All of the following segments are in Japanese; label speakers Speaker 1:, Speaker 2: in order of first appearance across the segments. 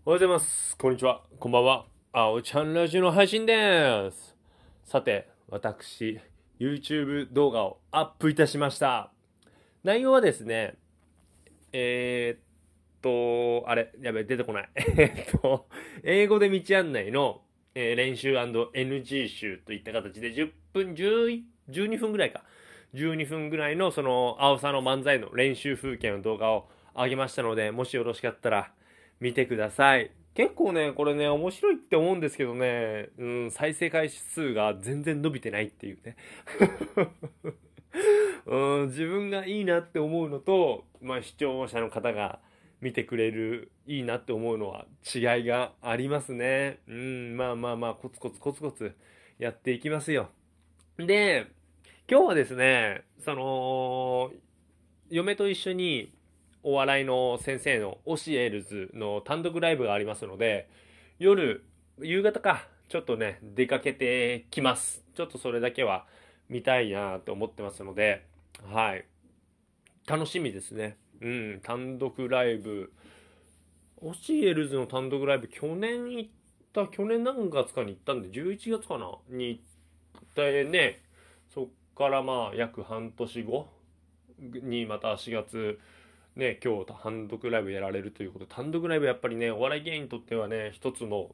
Speaker 1: おはようございます。こんにちは。こんばんは。あおちゃんラジオの配信です。さて、私、YouTube 動画をアップいたしました。内容はですね、あれ、やべ、出てこない。英語で道案内の、練習 &NG 集といった形で10分、12分ぐらいか。12分ぐらいのその青さの漫才の練習風景の動画を上げましたので、もしよろしかったら見てください。結構ね、これね、面白いって思うんですけどね、再生回数が全然伸びてないっていうね。自分がいいなって思うのと、まあ、視聴者の方が見てくれるいいなって思うのは違いがありますね。まあまあまあ、コツコツコツコツやっていきますよ。で、今日はですね、嫁と一緒にお笑いの先生のオシエルズの単独ライブがありますので、夕方か、ちょっとね、出かけてきます。ちょっとそれだけは見たいなと思ってますので、はい。楽しみですね。単独ライブ。オシエルズの単独ライブ、去年何月かに行ったんで、11月かなに行ってね、そっからまあ約半年後にまた4月、ね、今日単独ライブやられるということで、単独ライブやっぱりね、お笑い芸人にとってはね、一つの、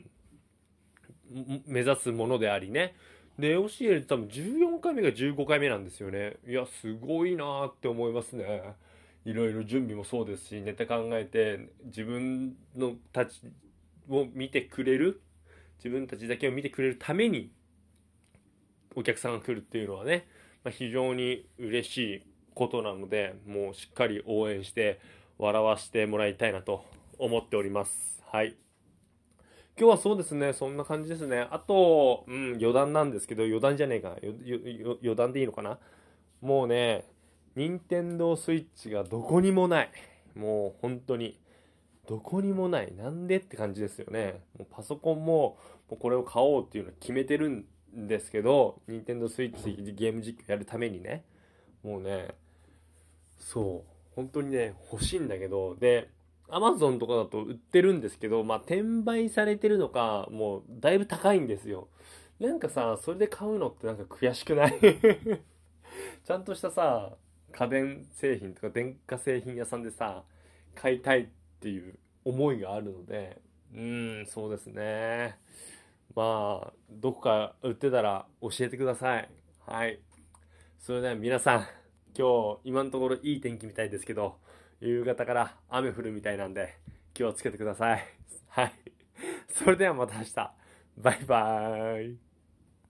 Speaker 1: 目指すものでありね。で、教える多分14回目が15回目なんですよね。いや、すごいなーって思いますね。いろいろ準備もそうですし、ネタ考えて、自分のたちを見てくれる、自分たちだけを見てくれるためにお客さんが来るっていうのはね、非常に嬉しいことなので、もうしっかり応援して笑わせてもらいたいなと思っております。はい。今日はそうですね、そんな感じですね。あと、余談なんですけど、余談じゃねえかな。余談でいいのかな。もうね、任天堂スイッチがどこにもない。もう本当に、どこにもない。なんでって感じですよね。もうパソコンもこれを買おうっていうのを決めてるんですけど、任天堂スイッチでゲーム実況やるためにね、もうね、そう、本当にね、欲しいんだけど、で、アマゾンとかだと売ってるんですけど、転売されてるのか、もうだいぶ高いんですよ。なんかさ、それで買うのってなんか悔しくない？ちゃんとしたさ、家電製品とか電化製品屋さんでさ、買いたいっていう思いがあるので、そうですね。まあ、どこか売ってたら教えてください。はい。それでは皆さん、今日今のところいい天気みたいですけど、夕方から雨降るみたいなんで、気をつけてください。はい。それではまた明日。バイバーイ。